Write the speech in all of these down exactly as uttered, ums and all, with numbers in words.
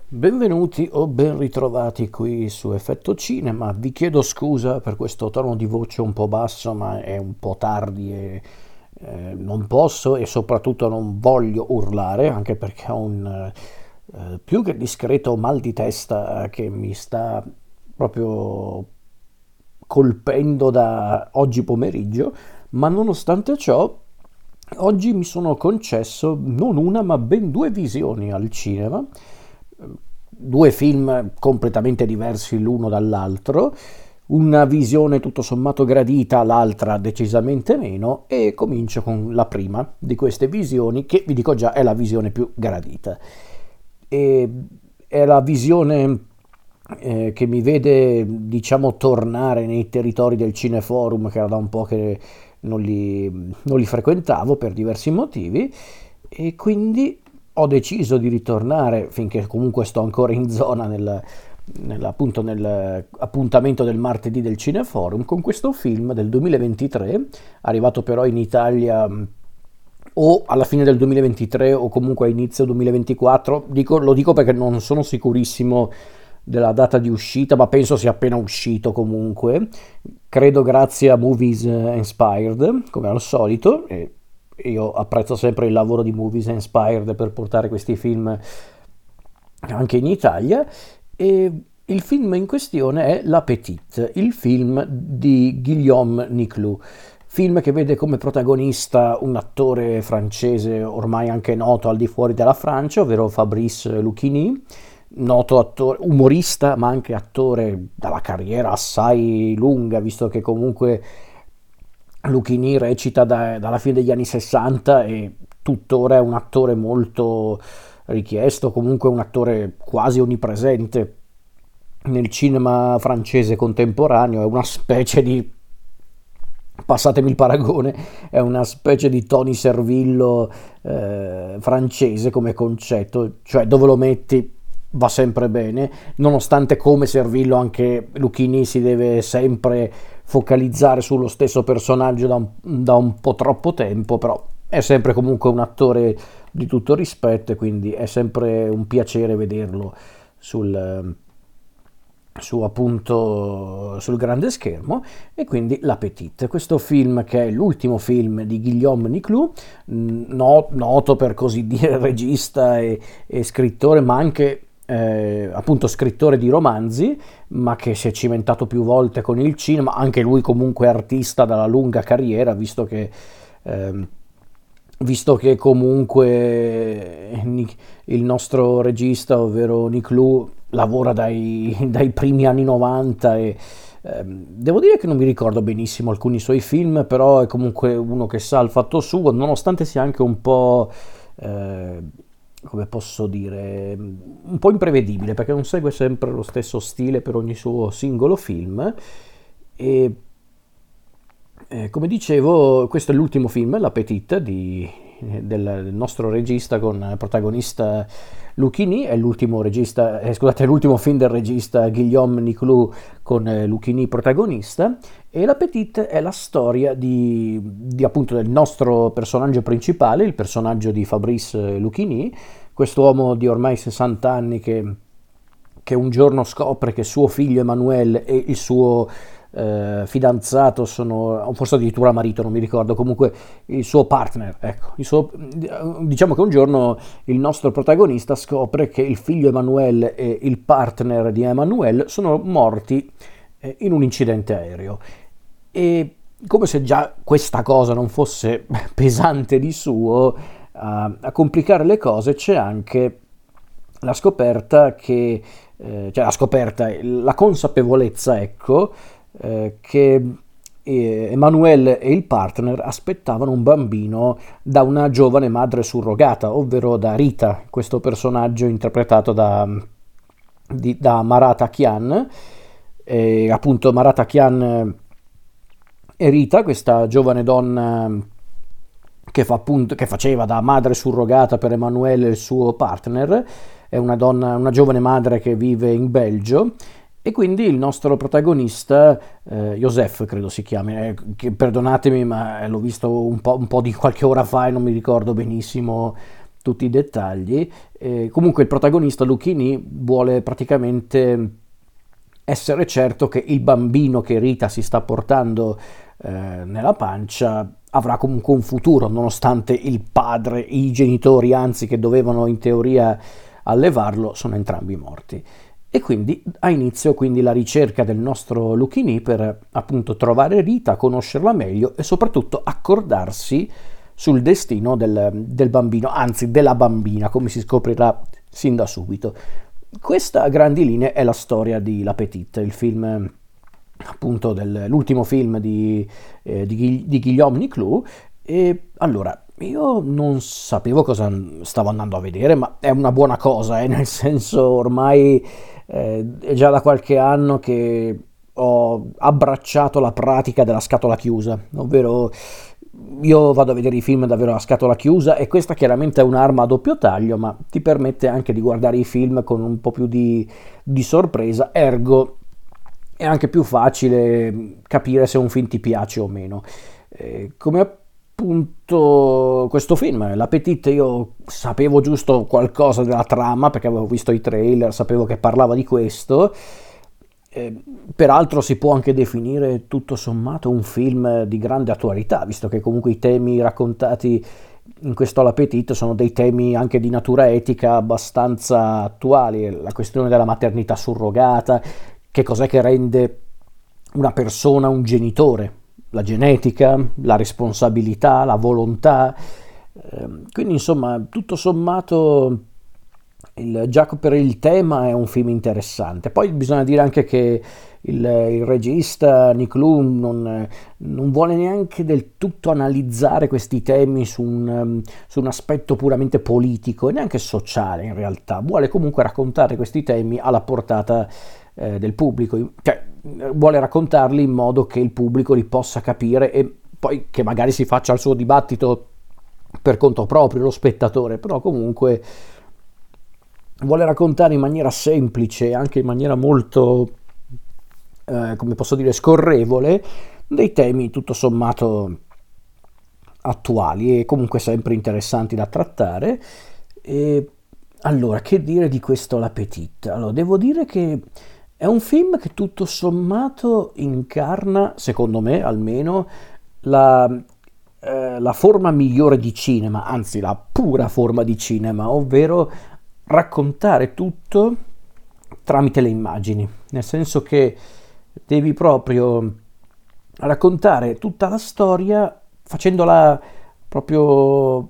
Benvenuti o ben ritrovati qui su Effetto Cinema. Vi chiedo scusa per questo tono di voce un po' basso, ma è un po' tardi e eh, non posso e soprattutto non voglio urlare, anche perché ho un eh, più che discreto mal di testa che mi sta proprio colpendo da oggi pomeriggio, ma nonostante ciò oggi mi sono concesso non una ma ben due visioni al cinema, due film completamente diversi l'uno dall'altro, una visione tutto sommato gradita, l'altra decisamente meno, e comincio con la prima di queste visioni, che vi dico già è la visione più gradita. E è la visione eh, che mi vede, diciamo, tornare nei territori del Cineforum, che era da un po' che non li, non li frequentavo per diversi motivi, e quindi ho deciso di ritornare, finché comunque sto ancora in zona nel, nel- appunto nell'appuntamento del martedì del Cineforum, con questo film del duemilaventitré, arrivato però in Italia mh, o alla fine del duemilaventitré o comunque a inizio duemilaventiquattro. Dico- lo dico perché non sono sicurissimo della data di uscita, ma penso sia appena uscito comunque. Credo grazie a Movies Inspired, come al solito, e io apprezzo sempre il lavoro di Movies Inspired per portare questi film anche in Italia. E il film in questione è La Petite, il film di Guillaume Niclou, film che vede come protagonista un attore francese ormai anche noto al di fuori della Francia, ovvero Fabrice Lucchini, noto attore, umorista, ma anche attore dalla carriera assai lunga, visto che comunque Lucchini recita da- dalla fine degli anni sessanta e tuttora è un attore molto richiesto, comunque un attore quasi onnipresente nel cinema francese contemporaneo, è una specie di, passatemi il paragone, è una specie di Tony Servillo eh, francese come concetto, cioè dove lo metti va sempre bene, nonostante come Servillo anche Lucchini si deve sempre focalizzare sullo stesso personaggio da un, da un po' troppo tempo, però è sempre comunque un attore di tutto rispetto e quindi è sempre un piacere vederlo sul, su appunto sul grande schermo. E quindi La Petite, questo film che è l'ultimo film di Guillaume Niclou, mh, no- noto per così dire regista e, e scrittore, ma anche eh, appunto scrittore di romanzi, ma che si è cimentato più volte con il cinema, anche lui comunque artista dalla lunga carriera, visto che ehm, visto che comunque Nic- il nostro regista, ovvero Niclou, lavora dai, dai primi anni novanta e ehm, devo dire che non mi ricordo benissimo alcuni suoi film, però è comunque uno che sa il fatto suo, nonostante sia anche un po', eh, come posso dire, un po' imprevedibile, perché non segue sempre lo stesso stile per ogni suo singolo film. E eh, come dicevo, questo è l'ultimo film, La Petite, di- del, del nostro regista con protagonista Lucchini, è l'ultimo regista, eh, scusate, è l'ultimo film del regista Guillaume Niclou con eh, Lucchini protagonista, e La Petite è la storia di, di, appunto del nostro personaggio principale, il personaggio di Fabrice Lucchini, quest'uomo di ormai sessanta anni che che un giorno scopre che suo figlio Emanuele e il suo eh, fidanzato sono, o forse addirittura marito, non mi ricordo, comunque il suo partner, ecco, il suo- diciamo che un giorno il nostro protagonista scopre che il figlio Emanuele e il partner di Emanuele sono morti eh, in un incidente aereo. E come se già questa cosa non fosse pesante di suo, a, a complicare le cose c'è anche la scoperta che, eh, cioè la scoperta, la consapevolezza, ecco, eh, che eh, Emanuele e il partner aspettavano un bambino da una giovane madre surrogata, ovvero da Rita, questo personaggio interpretato da, di- da Maratha Khan. E appunto Maratha Khan e Rita, questa giovane donna che, fa appunto, che faceva da madre surrogata per Emanuele e il suo partner, è una donna, una giovane madre che vive in Belgio, e quindi il nostro protagonista, eh, Joseph credo si chiami, eh, che, perdonatemi ma l'ho visto un po', un po' di qualche ora fa e non mi ricordo benissimo tutti i dettagli. Eh, comunque il protagonista Luchini vuole praticamente essere certo che il bambino che Rita si sta portando eh, nella pancia avrà comunque un futuro, nonostante il padre, i genitori, anzi, che dovevano in teoria allevarlo, sono entrambi morti. E quindi ha inizio quindi la ricerca del nostro Luchini per appunto trovare Rita, conoscerla meglio e soprattutto accordarsi sul destino del, del bambino, anzi della bambina, come si scoprirà sin da subito. Questa a grandi linee è la storia di La Petite, il film appunto del, l'ultimo film di, eh, di, di Guillaume Niclou. E allora io non sapevo cosa stavo andando a vedere, ma è una buona cosa, eh, nel senso ormai eh, è già da qualche anno che ho abbracciato la pratica della scatola chiusa, ovvero io vado a vedere i film davvero a scatola chiusa, e questa chiaramente è un'arma a doppio taglio, ma ti permette anche di guardare i film con un po' più di, di sorpresa, ergo è anche più facile capire se un film ti piace o meno. Eh, come appunto questo film, La Petite, io sapevo giusto qualcosa della trama perché avevo visto i trailer, sapevo che parlava di questo. Eh, peraltro si può anche definire tutto sommato un film di grande attualità, visto che comunque i temi raccontati in questo La Petite sono dei temi anche di natura etica abbastanza attuali, la questione della maternità surrogata, che cos'è che rende una persona un genitore, la genetica, la responsabilità, la volontà, eh, quindi insomma tutto sommato il, già per il tema è un film interessante. Poi bisogna dire anche che il, il regista Niclou non, non vuole neanche del tutto analizzare questi temi su un, su un aspetto puramente politico e neanche sociale in realtà, vuole comunque raccontare questi temi alla portata eh, del pubblico, cioè vuole raccontarli in modo che il pubblico li possa capire e poi che magari si faccia il suo dibattito per conto proprio, lo spettatore, però comunque vuole raccontare in maniera semplice, anche in maniera molto, eh, come posso dire, scorrevole, dei temi tutto sommato attuali e comunque sempre interessanti da trattare. E allora, che dire di questo La Petite? Allora, devo dire che è un film che tutto sommato incarna, secondo me almeno, la, eh, la forma migliore di cinema, anzi la pura forma di cinema, ovvero raccontare tutto tramite le immagini, nel senso che devi proprio raccontare tutta la storia facendola proprio,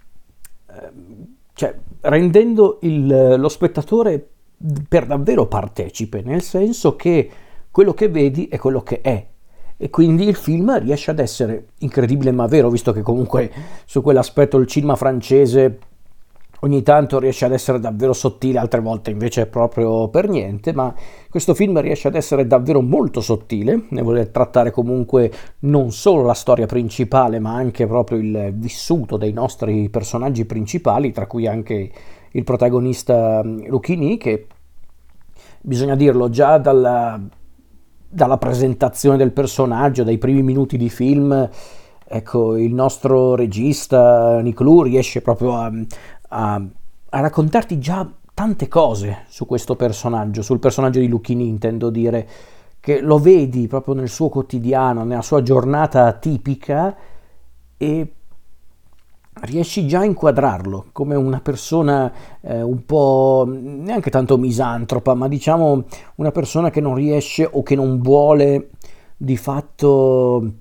eh, cioè rendendo il, lo spettatore per davvero partecipe, nel senso che quello che vedi è quello che è, e quindi il film riesce ad essere incredibile ma vero, visto che comunque su quell'aspetto il cinema francese ogni tanto riesce ad essere davvero sottile, altre volte invece proprio per niente, ma questo film riesce ad essere davvero molto sottile, nel voler trattare comunque non solo la storia principale, ma anche proprio il vissuto dei nostri personaggi principali, tra cui anche il protagonista Luchini, che bisogna dirlo già dalla, dalla presentazione del personaggio, dai primi minuti di film, ecco, il nostro regista Niclou riesce proprio a, a, a raccontarti già tante cose su questo personaggio, sul personaggio di Luchini intendo dire, che lo vedi proprio nel suo quotidiano, nella sua giornata tipica, e riesci già a inquadrarlo come una persona eh, un po' neanche tanto misantropa, ma diciamo una persona che non riesce o che non vuole di fatto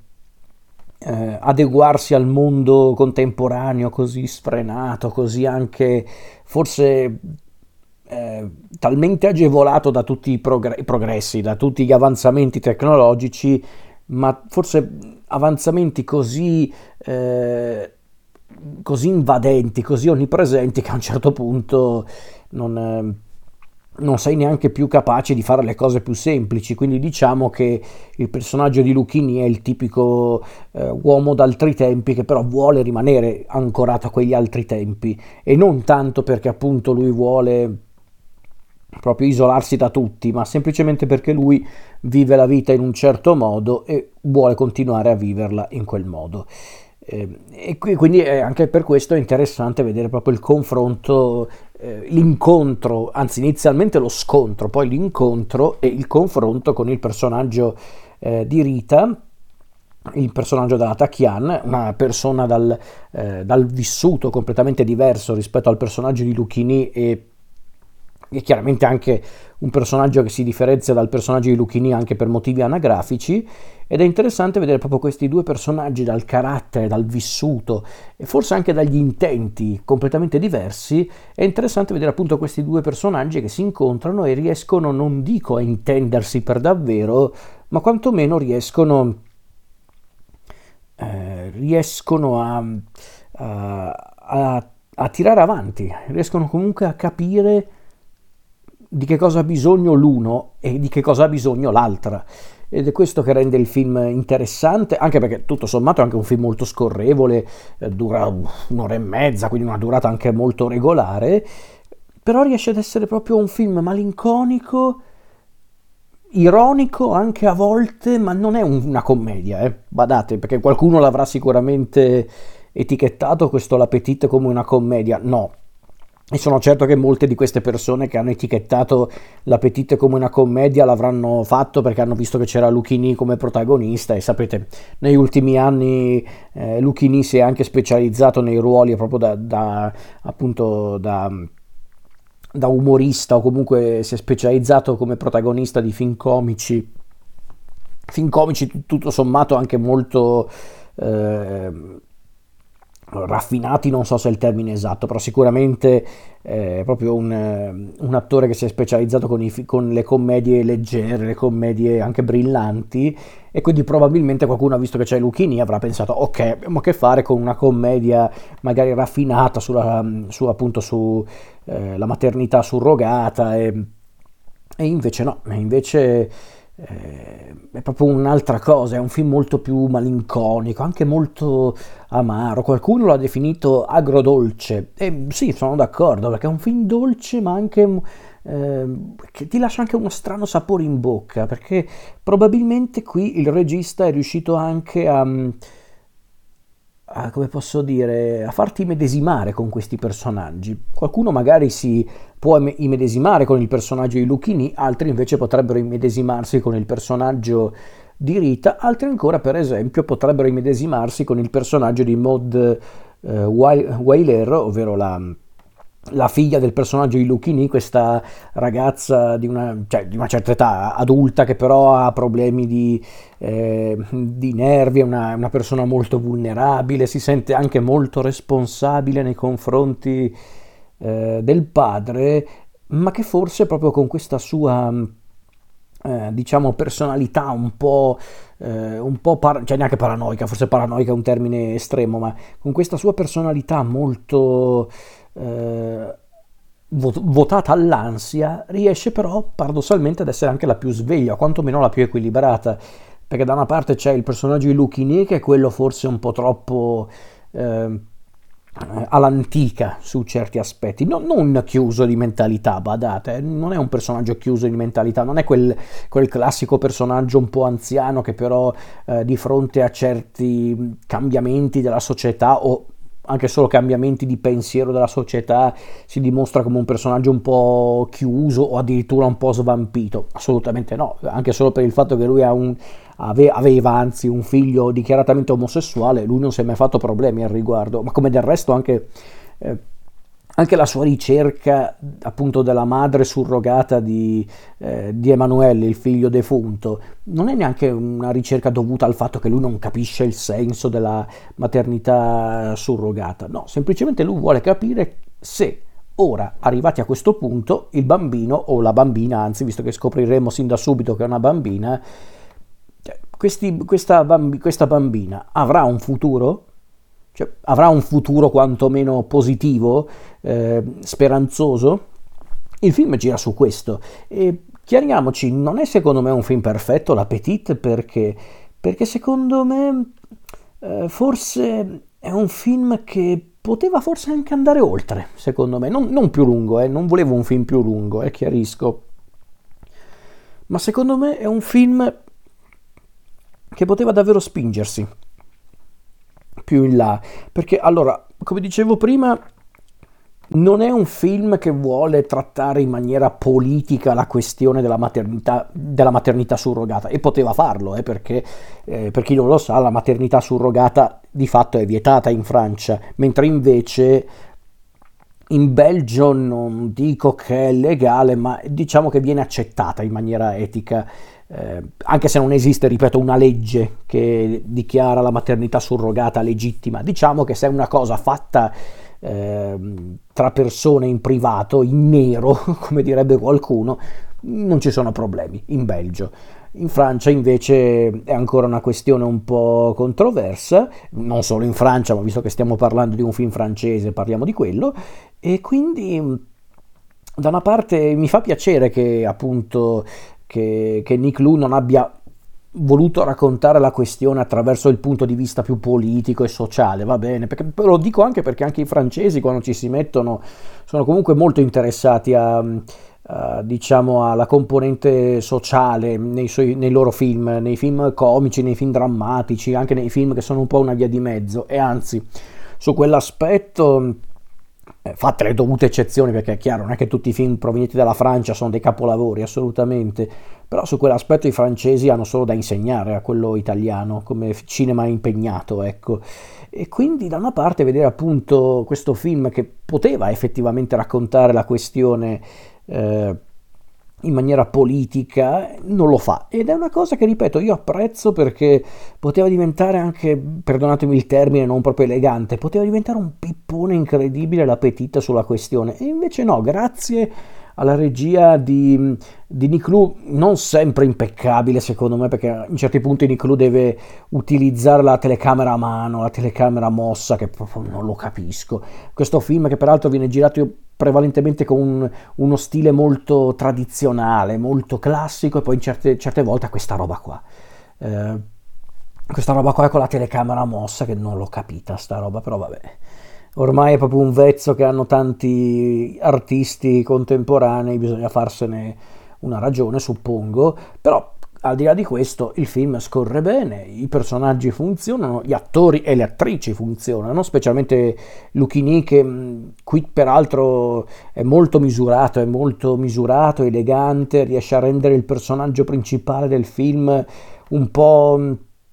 eh, adeguarsi al mondo contemporaneo così sfrenato, così anche forse eh, talmente agevolato da tutti i progr- progressi, da tutti gli avanzamenti tecnologici, ma forse avanzamenti così eh, così invadenti, così onnipresenti, che a un certo punto non, eh, non sei neanche più capace di fare le cose più semplici. Quindi diciamo che il personaggio di Luchini è il tipico eh, uomo d'altri tempi, che però vuole rimanere ancorato a quegli altri tempi, e non tanto perché appunto lui vuole proprio isolarsi da tutti, ma semplicemente perché lui vive la vita in un certo modo e vuole continuare a viverla in quel modo. Eh, e qui- quindi è anche per questo è interessante vedere proprio il confronto, eh, l'incontro, anzi inizialmente lo scontro, poi l'incontro e il confronto con il personaggio eh, di Rita, il personaggio della Tachian, una persona dal, eh, dal vissuto completamente diverso rispetto al personaggio di Luchini e, e chiaramente anche un personaggio che si differenzia dal personaggio di Luchini anche per motivi anagrafici, ed è interessante vedere proprio questi due personaggi dal carattere, dal vissuto e forse anche dagli intenti completamente diversi. È interessante vedere appunto questi due personaggi che si incontrano e riescono, non dico a intendersi per davvero, ma quantomeno riescono eh, riescono a, a, a, a tirare avanti, riescono comunque a capire di che cosa ha bisogno l'uno e di che cosa ha bisogno l'altra. Ed è questo che rende il film interessante, anche perché tutto sommato è anche un film molto scorrevole, eh, dura un'ora e mezza, quindi una durata anche molto regolare, però riesce ad essere proprio un film malinconico, ironico anche a volte, ma non è un- una commedia, eh. Badate, perché qualcuno l'avrà sicuramente etichettato questo L'Appetit come una commedia. No. E sono certo che molte di queste persone che hanno etichettato L'Appetit come una commedia l'avranno fatto perché hanno visto che c'era Luchini come protagonista e sapete, negli ultimi anni eh, Luchini si è anche specializzato nei ruoli proprio da, da appunto da da umorista o comunque si è specializzato come protagonista di film comici, film comici tutto sommato anche molto eh, raffinati, non so se è il termine esatto, però sicuramente è proprio un, eh, un attore che si è specializzato con, i, con le commedie leggere, le commedie anche brillanti, e quindi probabilmente qualcuno ha visto che c'è Luchini e avrà pensato ok, abbiamo a che fare con una commedia magari raffinata sulla, su appunto su eh, la maternità surrogata e, e invece no, invece eh, è proprio un'altra cosa, è un film molto più malinconico, anche molto amaro. Qualcuno l'ha definito agrodolce e sì, sono d'accordo perché è un film dolce ma anche eh, che ti lascia anche uno strano sapore in bocca, perché probabilmente qui il regista è riuscito anche a, a, come posso dire, a farti immedesimare con questi personaggi. Qualcuno magari si può immedesimare con il personaggio di Luchini, altri invece potrebbero immedesimarsi con il personaggio di Rita, altri ancora per esempio potrebbero immedesimarsi con il personaggio di Maud eh, Wailer, ovvero la, la figlia del personaggio di Luchini, questa ragazza di una, cioè, di una certa età adulta che però ha problemi di, eh, di nervi, è una, una persona molto vulnerabile, si sente anche molto responsabile nei confronti eh, del padre, ma che forse proprio con questa sua eh, diciamo personalità un po', eh, un po' par- cioè neanche paranoica, forse paranoica è un termine estremo, ma con questa sua personalità molto eh, vo- votata all'ansia, riesce però paradossalmente ad essere anche la più sveglia, o quantomeno la più equilibrata, perché da una parte c'è il personaggio di Luchini che è quello forse un po' troppo eh, all'antica su certi aspetti, no, non chiuso di mentalità, badate, non è un personaggio chiuso di mentalità, non è quel, quel classico personaggio un po' anziano che però eh, di fronte a certi cambiamenti della società o anche solo cambiamenti di pensiero della società si dimostra come un personaggio un po' chiuso o addirittura un po' svampito. Assolutamente no, anche solo per il fatto che lui ha un, ave, aveva anzi un figlio dichiaratamente omosessuale, lui non si è mai fatto problemi al riguardo, ma come del resto anche... Eh, anche la sua ricerca appunto della madre surrogata di, eh, di Emanuele, il figlio defunto, non è neanche una ricerca dovuta al fatto che lui non capisce il senso della maternità surrogata, no, semplicemente lui vuole capire se ora, arrivati a questo punto, il bambino o la bambina, anzi visto che scopriremo sin da subito che è una bambina, questi, questa, bambi, questa bambina avrà un futuro? Cioè, avrà un futuro quantomeno positivo, eh, speranzoso? Il film gira su questo e chiariamoci, non è secondo me un film perfetto, L'Appetit, perché, perché secondo me eh, forse è un film che poteva forse anche andare oltre, secondo me, non, non più lungo, eh, non volevo un film più lungo, eh, chiarisco, ma secondo me è un film che poteva davvero spingersi, più in là, perché allora, come dicevo prima, non è un film che vuole trattare in maniera politica la questione della maternità, della maternità surrogata, e poteva farlo, eh, perché eh, per chi non lo sa, la maternità surrogata di fatto è vietata in Francia, mentre invece in Belgio non dico che è legale, ma diciamo che viene accettata in maniera etica, eh, anche se non esiste, ripeto, una legge che dichiara la maternità surrogata legittima. Diciamo che se è una cosa fatta ehm, tra persone in privato, in nero, come direbbe qualcuno, non ci sono problemi in Belgio. In Francia invece è ancora una questione un po' controversa, non solo in Francia, ma visto che stiamo parlando di un film francese, parliamo di quello, e quindi da una parte mi fa piacere che appunto che, che Nick Lu non abbia voluto raccontare la questione attraverso il punto di vista più politico e sociale, va bene, perché lo dico anche perché anche i francesi quando ci si mettono sono comunque molto interessati a, a, diciamo alla componente sociale nei, suoi, nei loro film, nei film comici, nei film drammatici, anche nei film che sono un po' una via di mezzo, e anzi su quell'aspetto, eh, fatte le dovute eccezioni, perché è chiaro, non è che tutti i film provenienti dalla Francia sono dei capolavori, assolutamente, però su quell'aspetto i francesi hanno solo da insegnare a quello italiano, come cinema impegnato, ecco. E quindi da una parte vedere appunto questo film che poteva effettivamente raccontare la questione eh, in maniera politica, non lo fa, ed è una cosa che, ripeto, io apprezzo, perché poteva diventare anche, perdonatemi il termine non proprio elegante, poteva diventare un pippone incredibile l'appetito sulla questione, e invece no, grazie alla regia di, di Nick Lu, non sempre impeccabile secondo me, perché in certi punti Nick Lu deve utilizzare la telecamera a mano, la telecamera mossa, che proprio non lo capisco. Questo film, che peraltro viene girato prevalentemente con un, uno stile molto tradizionale, molto classico, e poi in certe, certe volte ha questa roba qua. Eh, questa roba qua con la telecamera mossa, che non l'ho capita sta roba, però vabbè. Ormai è proprio un vezzo che hanno tanti artisti contemporanei, bisogna farsene una ragione, suppongo, però al di là di questo il film scorre bene, i personaggi funzionano, gli attori e le attrici funzionano, specialmente Lucchini, che mh, qui peraltro è molto misurato, è molto misurato, elegante, riesce a rendere il personaggio principale del film un po'... mh,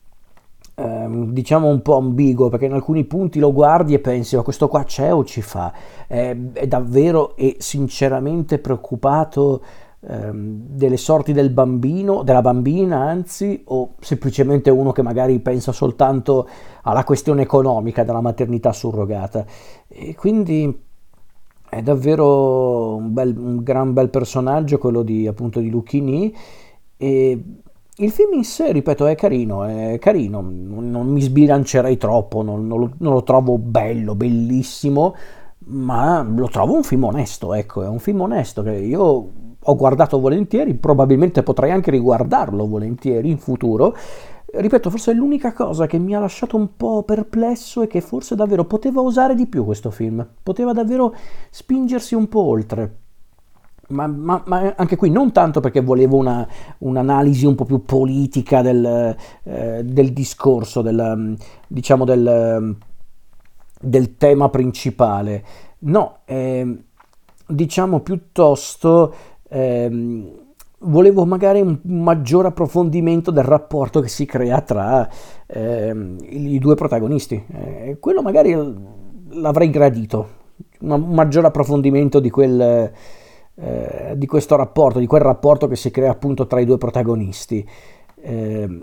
ehm, diciamo un po' ambiguo, perché in alcuni punti lo guardi e pensi, ma questo qua c'è o ci fa? È, è davvero e sinceramente preoccupato ehm, delle sorti del bambino, della bambina anzi, o semplicemente uno che magari pensa soltanto alla questione economica della maternità surrogata? E quindi è davvero un, bel, un gran bel personaggio quello di appunto di Lucchini, e il film in sé, ripeto, è carino, è carino, non, non mi sbilancerei troppo, non, non lo, non lo trovo bello, bellissimo, ma lo trovo un film onesto, ecco, è un film onesto che io ho guardato volentieri, probabilmente potrei anche riguardarlo volentieri in futuro. Ripeto, forse è l'unica cosa che mi ha lasciato un po' perplesso, è che forse davvero poteva osare di più questo film, poteva davvero spingersi un po' oltre. Ma, ma- ma anche qui non tanto perché volevo una, un'analisi un po' più politica del, eh, del discorso, del, diciamo del, del tema principale, no, ehm, diciamo piuttosto ehm, volevo magari un maggior approfondimento del rapporto che si crea tra ehm, i, i due protagonisti. Eh, quello magari l'avrei gradito, un un maggior approfondimento di quel eh, di questo rapporto, di quel rapporto che si crea appunto tra i due protagonisti. Eh,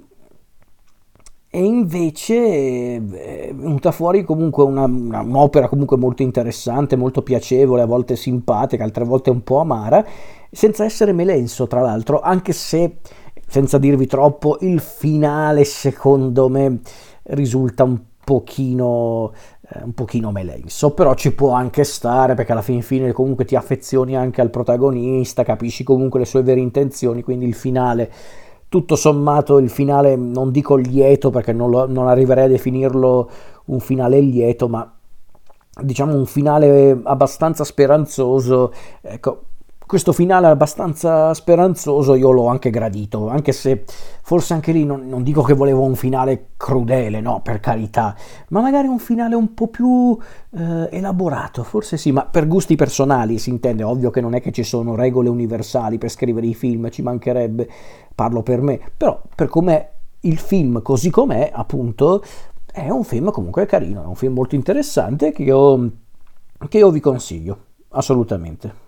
e invece eh, è venuta fuori comunque una, una- un'opera comunque molto interessante, molto piacevole, a volte simpatica, altre volte un po' amara, senza essere melenso tra l'altro, anche se, senza dirvi troppo, il finale secondo me risulta un pochino, eh, un pochino melenso, però ci può anche stare, perché alla fin fine comunque ti affezioni anche al protagonista, capisci comunque le sue vere intenzioni, quindi il finale, tutto sommato, il finale non dico lieto, perché non, lo- non arriverei a definirlo un finale lieto, ma diciamo un finale abbastanza speranzoso, ecco, questo finale abbastanza speranzoso io l'ho anche gradito, anche se forse anche lì non, non dico che volevo un finale crudele, no, per carità, ma magari un finale un po' più eh, elaborato, forse sì, ma per gusti personali si intende, ovvio che non è che ci sono regole universali per scrivere i film, ci mancherebbe, parlo per me, però per com'è il film così com'è, appunto, è un film comunque carino, è un film molto interessante che io, che io vi consiglio, assolutamente.